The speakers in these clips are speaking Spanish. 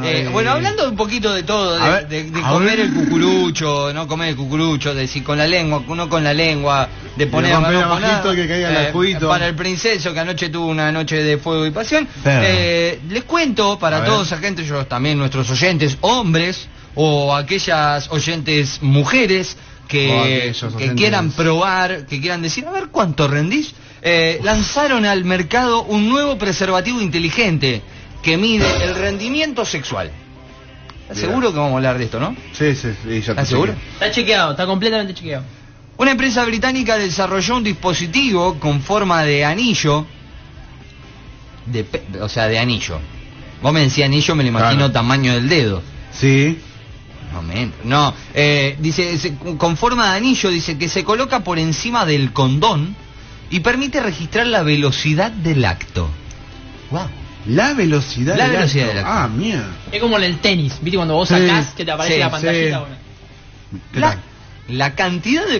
Bueno, hablando un poquito de todo, de comer el cucurucho, no comer el cucurucho, de si con la lengua, no con la lengua, de poner abajito que caiga el juguito. Para el princeso que anoche tuvo una noche de fuego y pasión. Les cuento para todos agentes, yo también, nuestros oyentes hombres o aquellas oyentes mujeres que quieran probar, que quieran decir, a ver cuánto rendís. Lanzaron al mercado un nuevo preservativo inteligente que mide el rendimiento sexual. ¿Estás seguro que vamos a hablar de esto, no? Sí, ya ¿Estás seguro? Está chequeado, está completamente chequeado. Una empresa británica desarrolló un dispositivo con forma de anillo, o sea, de anillo. Vos me decís anillo, me lo imagino tamaño del dedo. Sí. No, dice, con forma de anillo, dice que se coloca por encima del condón y permite registrar la velocidad del acto. Wow. La velocidad del acto. Ah, mierda. Es como en el tenis, ¿viste? Cuando vos sacás que te aparece la pantallita. La cantidad de...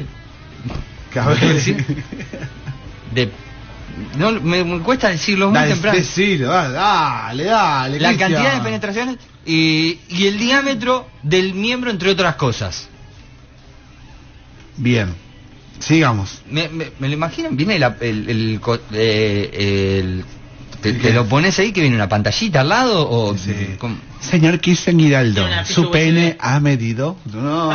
No, me cuesta decirlo muy temprano. Dale. La cantidad de penetraciones y el diámetro del miembro, entre otras cosas. Bien. Sigamos. Me lo imaginan, viene ¿Te lo pones ahí que viene una pantallita al lado? O Señor Kirsten Giraldo, ¿su pene ha medido? No.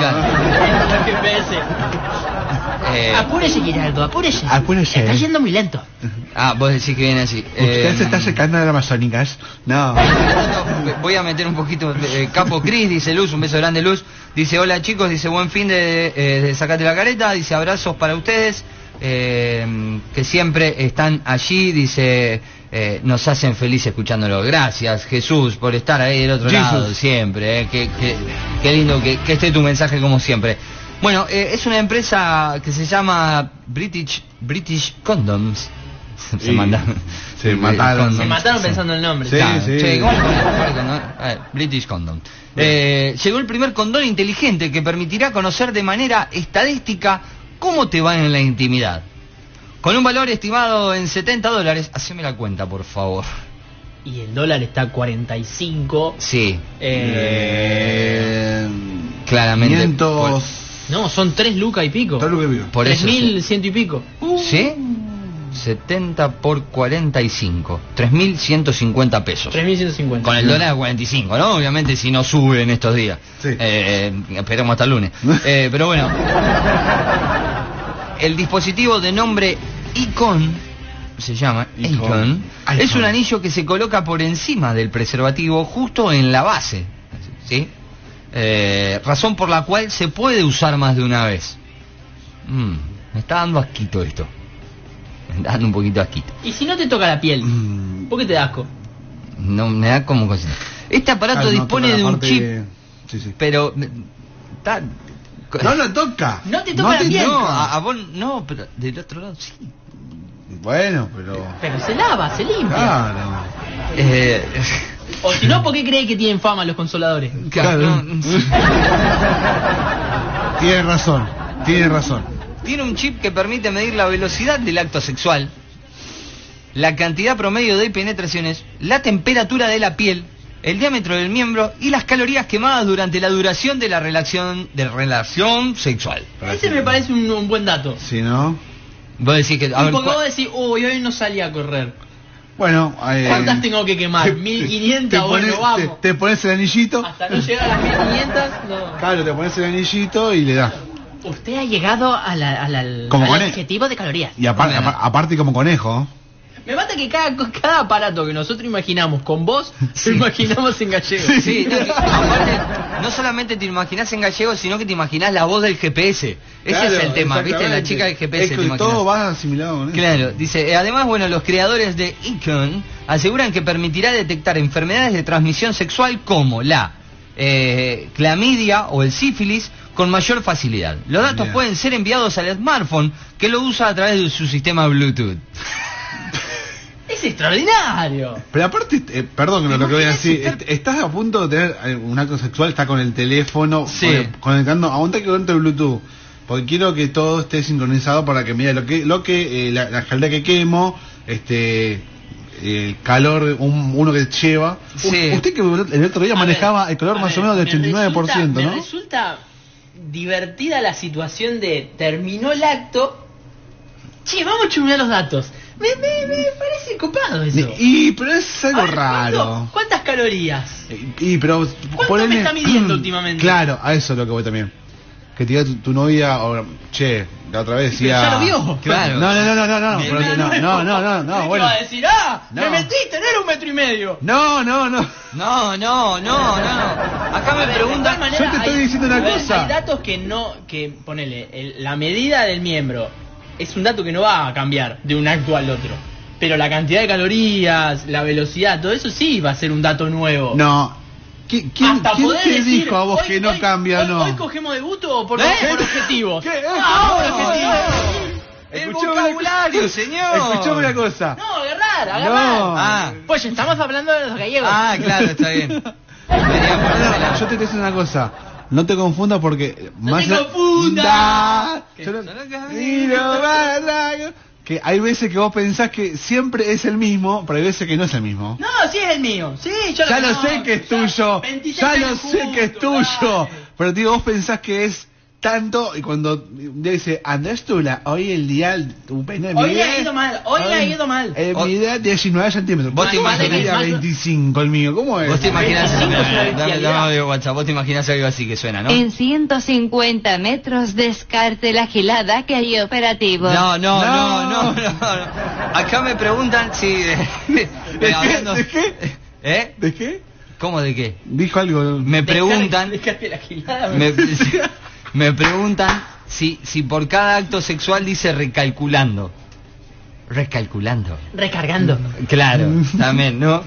Apúrese, Giraldo, apúrese. Está yendo muy lento. Vos decís que viene así. ¿Usted se está acercando a las amazónicas? No. Voy a meter un poquito. Capo Cris, dice Luz, un beso grande, Luz. Dice, hola chicos, dice, buen fin de Sacate la Careta. Dice, abrazos para ustedes, que siempre están allí. Dice, nos hacen feliz escuchándolo. Gracias, Jesús, por estar ahí del otro lado siempre. Qué lindo que esté tu mensaje como siempre. Bueno, es una empresa que se llama British Condoms. Se mataron pensando en el nombre. British Condom. Llegó el primer condón inteligente que permitirá conocer de manera estadística cómo te va en la intimidad. Con un valor estimado en $70. Haceme la cuenta, por favor. Y el dólar está a 45. Sí. Claramente. 500... No, son 3 lucas y pico. 3 lucas y pico. Por 3.100 y pico. ¿Sí? 70 por 45. 3.150 pesos. 3.150. Con el dólar a 45, ¿no? Obviamente si no sube en estos días. Sí. Esperemos hasta el lunes. Pero bueno. El dispositivo de nombre Icon, se llama Icon, es un anillo que se coloca por encima del preservativo justo en la base. ¿Sí? Razón por la cual se puede usar más de una vez. Me está dando asquito esto. Me está dando un poquito asquito. ¿Y si no te toca la piel? ¿Por qué te da asco? No, me da como cosita. Este aparato dispone de un chip, pero... No lo toca. No te toca la piel. No, a vos no, pero del otro lado sí. Bueno, pero... Pero se lava, se limpia. Claro. O si no, ¿por qué cree que tienen fama los consoladores? Claro. Tiene razón. Tiene un chip que permite medir la velocidad del acto sexual, la cantidad promedio de penetraciones, la temperatura de la piel, el diámetro del miembro y las calorías quemadas durante la duración de la relación sexual. Ese me parece un buen dato. Sí, ¿no? Vos decís que... Porque vos decís, hoy no salí a correr. Bueno, ¿cuántas tengo que quemar? 1500, bueno, vamos. Te pones el anillito. Hasta no llegar a las 1500, no. Claro, te pones el anillito y le das. Usted ha llegado al objetivo de calorías. Y aparte como conejo. Me mata que cada aparato que nosotros imaginamos con vos, lo imaginamos en gallego. Sí, aparte, no solamente te imaginás en gallego, sino que te imaginás la voz del GPS. Ese es el tema, ¿viste? La chica del GPS. Es que todo va asimilado, ¿no? Claro, dice, además, bueno, los creadores de Icon aseguran que permitirá detectar enfermedades de transmisión sexual como la clamidia o el sífilis con mayor facilidad. Los datos pueden ser enviados al smartphone que lo usa a través de su sistema Bluetooth. Es extraordinario. Pero aparte, perdón lo que voy a decir, estás a punto de tener un acto sexual, está con el teléfono conectando, aguanta que conecte el Bluetooth, porque quiero que todo esté sincronizado para que mira lo que la caldera que quemo, calor, uno que lleva. Sí. Usted que el otro día manejaba el calor más o menos del 89%, ¿no? Me resulta divertida la situación de terminó el acto. Che, vamos a chusmear los datos. Me parece copado eso. Pero es algo raro. ¿Cuántas calorías? Pero ¿Cuánto me está midiendo últimamente? Claro, a eso es lo que voy también. Que te diga tu novia, o che, la otra vez decía. ¿Ya lo vio? Claro. No, ¿Qué bueno. va a decir? No. Me metiste, no era 1,5 metros. No. Acá me preguntan. Yo te estoy diciendo una cosa. Hay datos que ponele, la medida del miembro es un dato que no va a cambiar de un acto al otro. Pero la cantidad de calorías, la velocidad, todo eso sí va a ser un dato nuevo. No. ¿Quién te dijo a vos que no cambia, no? ¿Hoy cogemos de gusto o por objetivos? ¿Qué? Por objetivos. El vocabulario, señor. Escuchame una cosa. No, agarrar. No. Pues estamos hablando de los gallegos. Claro, está bien. Yo te estoy diciendo una cosa. No te confundas porque No te confundas. Que hay veces que vos pensás que siempre es el mismo, pero hay veces que no es el mismo. No, sí es el mío. Sí, yo Ya lo sé que es tuyo. 26 Ya lo años sé que es juntos, tuyo. dale. Pero tío, vos pensás que es tanto, y cuando dice Andrés Tula, hoy el día tu pene Hoy le ha ido mal, hoy le ha ido mal. Mi idea es 19 centímetros. Vos te imaginas 25 el mío, ¿cómo es? Vos te imaginas. 25 es una Dame bestialidad. audio WhatsApp. Vos te imaginas algo así que suena, ¿no? En 150 metros descarte la gilada que hay operativo. No. Acá me preguntan si. Hablando- ¿De qué? ¿Eh? ¿De qué? ¿Cómo de qué? Dijo algo. Me preguntan. Descarte la gilada. Me preguntan si por cada acto sexual dice recalculando. Recalculando. Recargando. Claro, también, ¿no?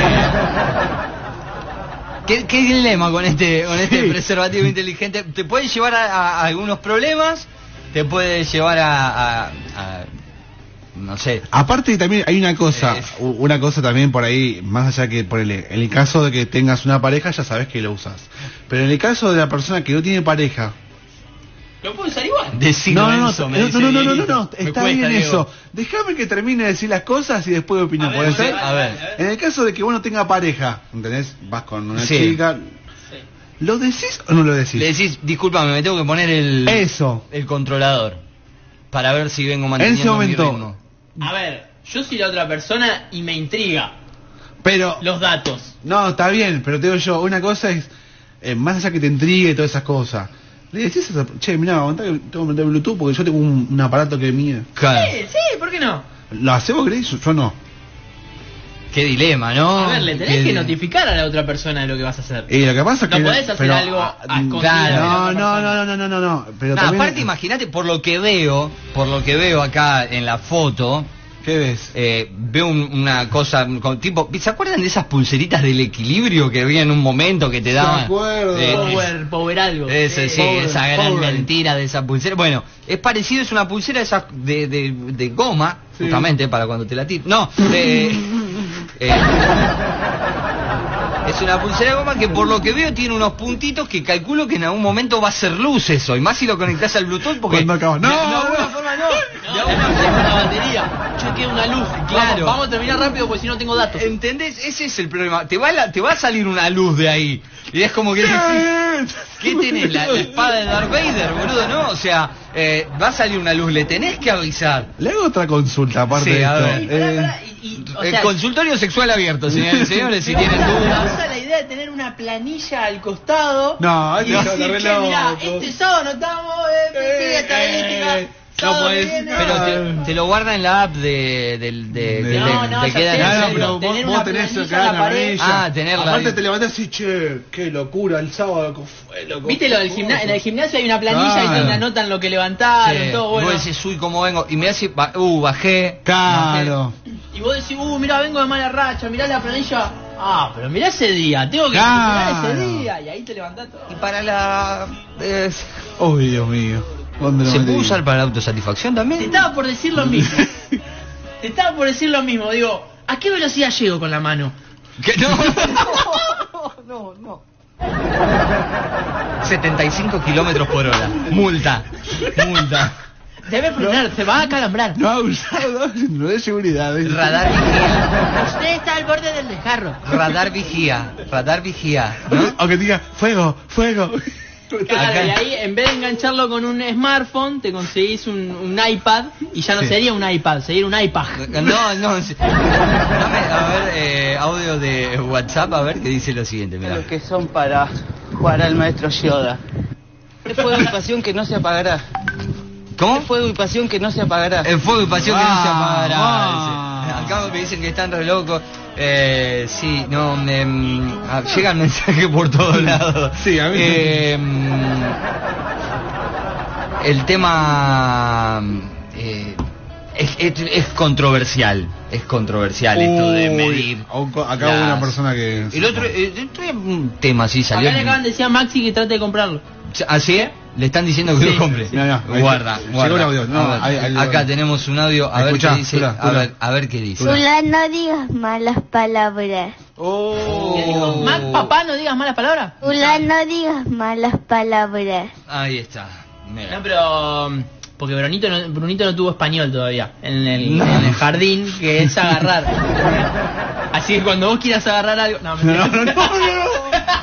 ¿Qué dilema con este preservativo inteligente? Te puede llevar a algunos problemas, te puede llevar a no sé. Aparte también hay una cosa también por ahí, más allá que por en el caso de que tengas una pareja ya sabes que lo usas. Pero en el caso de la persona que no tiene pareja, ¿Lo puedo usar igual? no, Enzo, me dice Dieguito. Me está cuesta, bien Diego. eso. Déjame que termine de decir las cosas y después opino, ¿puede ver, ser? A ver. En el caso de que uno tenga pareja, ¿entendés? Vas con una Sí. chica, Sí. ¿lo decís o no lo decís? Le decís, discúlpame, me tengo que poner Eso. el controlador para ver si vengo En manteniendo ese momento. mi ritmo. A ver, yo soy la otra persona y me intriga Pero los datos. no, está bien, pero te digo yo, una cosa es más allá que te intrigue y todas esas cosas. Le decís, che, mirá, aguantá que tengo que meter Bluetooth porque yo tengo un aparato que mide. Claro. Sí, ¿por qué no? ¿Lo hacemos, Grace? Yo no. Qué dilema, ¿no? A ver, le tenés Qué- que notificar a la otra persona de lo que vas a hacer. Y lo que pasa es que No podés hacer algo a escondidas claro. de la No, otra persona. no. Pero No, también, aparte imagínate, por lo que veo acá en la foto, ¿qué ves? veo una cosa con tipo, ¿se acuerdan de esas pulseritas del equilibrio que había en un momento que te daban? acuerdo. Power algo. Ese, sí, Power, esa gran Power. mentira de esa pulsera. Bueno, es parecido, es una pulsera esa de goma, Sí. justamente para cuando te la tiras. No, es una pulsera de goma que por lo que veo tiene unos puntitos que calculo que en algún momento va a ser luz eso, y más si lo conectás al Bluetooth porque... Cuando acabas. de No, alguna no. forma no. No, la batería. Yo queda una luz. Claro. Vamos a terminar rápido porque si no tengo datos. ¿Entendés? Ese es el problema. Te va a salir una luz de ahí. Y es como que decís, ¿qué tenés? ¿La espada de Darth Vader, boludo? ¿No? O sea, va a salir una luz, le tenés que avisar. Le hago otra consulta aparte Sí, de a esto. ver. Pará, o El sea, consultorio sexual abierto, señores y señores, si me tienen dudas. gusta la idea de tener una planilla al costado. No, y hay que decir dejarlo que, re mirá, loco. este sábado no estamos, fiesta belística. No sábado podés, viene. pero te lo guarda en la app de No, te ya queda sé, en el Claro, celu. pero tener vos una tenés planilla que en la la pared. planilla. Tenerla Aparte ahí. te levantás y che, qué locura el sábado, ¿cómo fue, loco? ¿Viste lo del gimnasio? En el gimnasio hay una planilla y Claro. donde anotan lo que levantaron, Sí, todo y bueno. vos decís, uy, cómo vengo. Y me hace, bajé. Claro. Y vos decís, mirá, vengo de mala racha, mirá la planilla. Ah, pero mirá ese día, tengo que Claro. mirar ese día. Y ahí te levantás todo. Y para la... Oh, Dios mío. ¿Dónde lo ¿Se puede metí? usar para la autosatisfacción Te también? estaba por decir lo mismo. Te estaba por decir lo mismo. Digo, ¿a qué velocidad llego con la mano? ¿Qué? No. 75 kilómetros por hora. Multa. Debe frenar, se va a calambrar. No ha usado no de seguridad. Radar vigía. Usted está al borde del desgarro. Radar vigía, ¿no? Aunque diga, fuego, fuego. Claro, Acá. y ahí en vez de engancharlo con un smartphone, te conseguís un iPad y ya no Sí. sería un iPad, sería un iPad. No, sí. Dame, a ver, audio de WhatsApp, a ver, que dice lo siguiente, mira. Los que son para jugar al maestro Yoda. Es fuego y pasión que no se apagará. ¿Cómo? Es fuego y pasión que no se apagará. El fuego y pasión que no se apagará. Ah. Dice. Acá me dicen que están re locos. Sí, no, llegan mensajes por todos lados. Sí, a mí el tema es controversial. Es controversial esto de medir. Acá hubo una persona que... El otro, un tema sí salió. Acá le acaban de decir a Maxi que trate de comprarlo. ¿Así es? Le están diciendo que Sí. lo compre. Mirá, ahí Guarda, está. guarda. Llegó el audio. No, A ver, ahí- acá tenemos un audio, a Escuchá, ver qué dice. escuchá. A ver qué dice. Hola. No digas malas palabras. Oh. ¿Qué dijo? Papá, no digas malas palabras. No digas malas palabras. Ahí está. Mira. No, pero porque Brunito no tuvo español todavía en el, No. en el jardín, que es agarrar. Así que cuando vos quieras agarrar algo, no, mentira. No.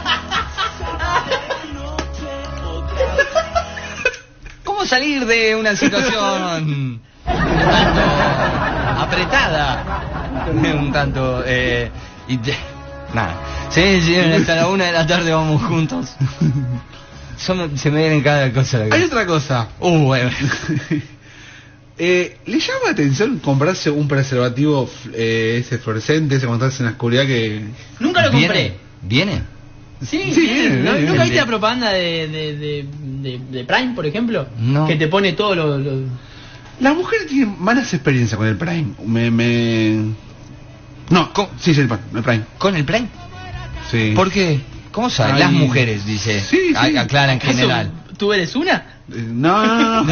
¿Cómo salir de una situación un tanto apretada? Un tanto... nada. Sí, hasta la 1 de la tarde vamos juntos. Se me vienen cada cosa a la Hay cabeza. otra cosa. Bueno. ¿Le llama la atención comprarse un preservativo ese fluorescente, ese cuando estás en la oscuridad que... Nunca lo compré. ¿Viene? Sí, Sí, viene. viene. ¿Nunca viste la propaganda de Prime, por ejemplo? No. Que te pone todo lo... Las mujeres tienen malas experiencias con el Prime. No, sí, el Prime. ¿Con el Prime? Sí. ¿Por qué? ¿Cómo saben? Ay. Las mujeres, dice. Sí, sí. Aclara en ¿Acaso general. ¿Tú eres una? No.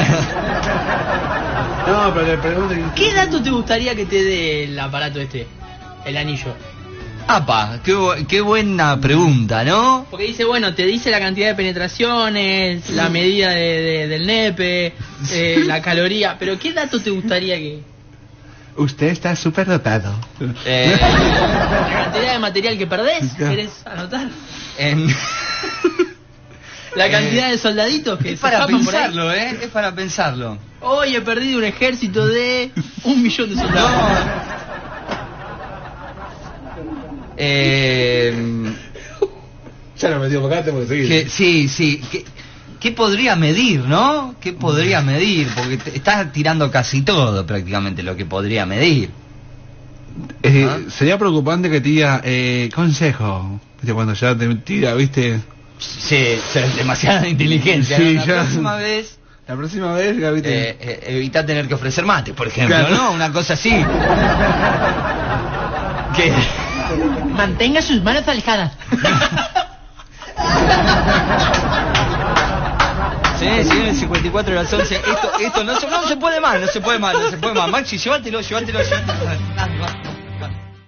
No, pero le pregunto... ¿Qué dato te gustaría que te dé el aparato este? El anillo. Apa, qué buena pregunta, ¿no? Porque dice, bueno, te dice la cantidad de penetraciones, la medida del nepe, la caloría, pero ¿qué dato te gustaría que...? Usted está súper dotado. La cantidad de material que perdés, ¿querés anotar? La cantidad de soldaditos que Es se para escapan por ahí. pensarlo, Es para pensarlo. Hoy he perdido un ejército de 1 millón de soldados. Ya lo metió acá, tengo que seguir. Sí. ¿Qué podría medir, no? ¿Qué podría medir? Porque estás tirando casi todo prácticamente lo que podría medir. Sería preocupante que te diga consejo. ¿Viste? Cuando ya te tira, ¿viste? Sí, demasiada inteligencia. Sí, ¿no? ya. La próxima vez... La próxima vez, ¿viste? evita tener que ofrecer mate, por ejemplo, Claro. ¿no? Una cosa así. Que... Mantenga sus manos alejadas. Sí, 54 de las 11. Esto no se puede más. Maxi, llévatelo.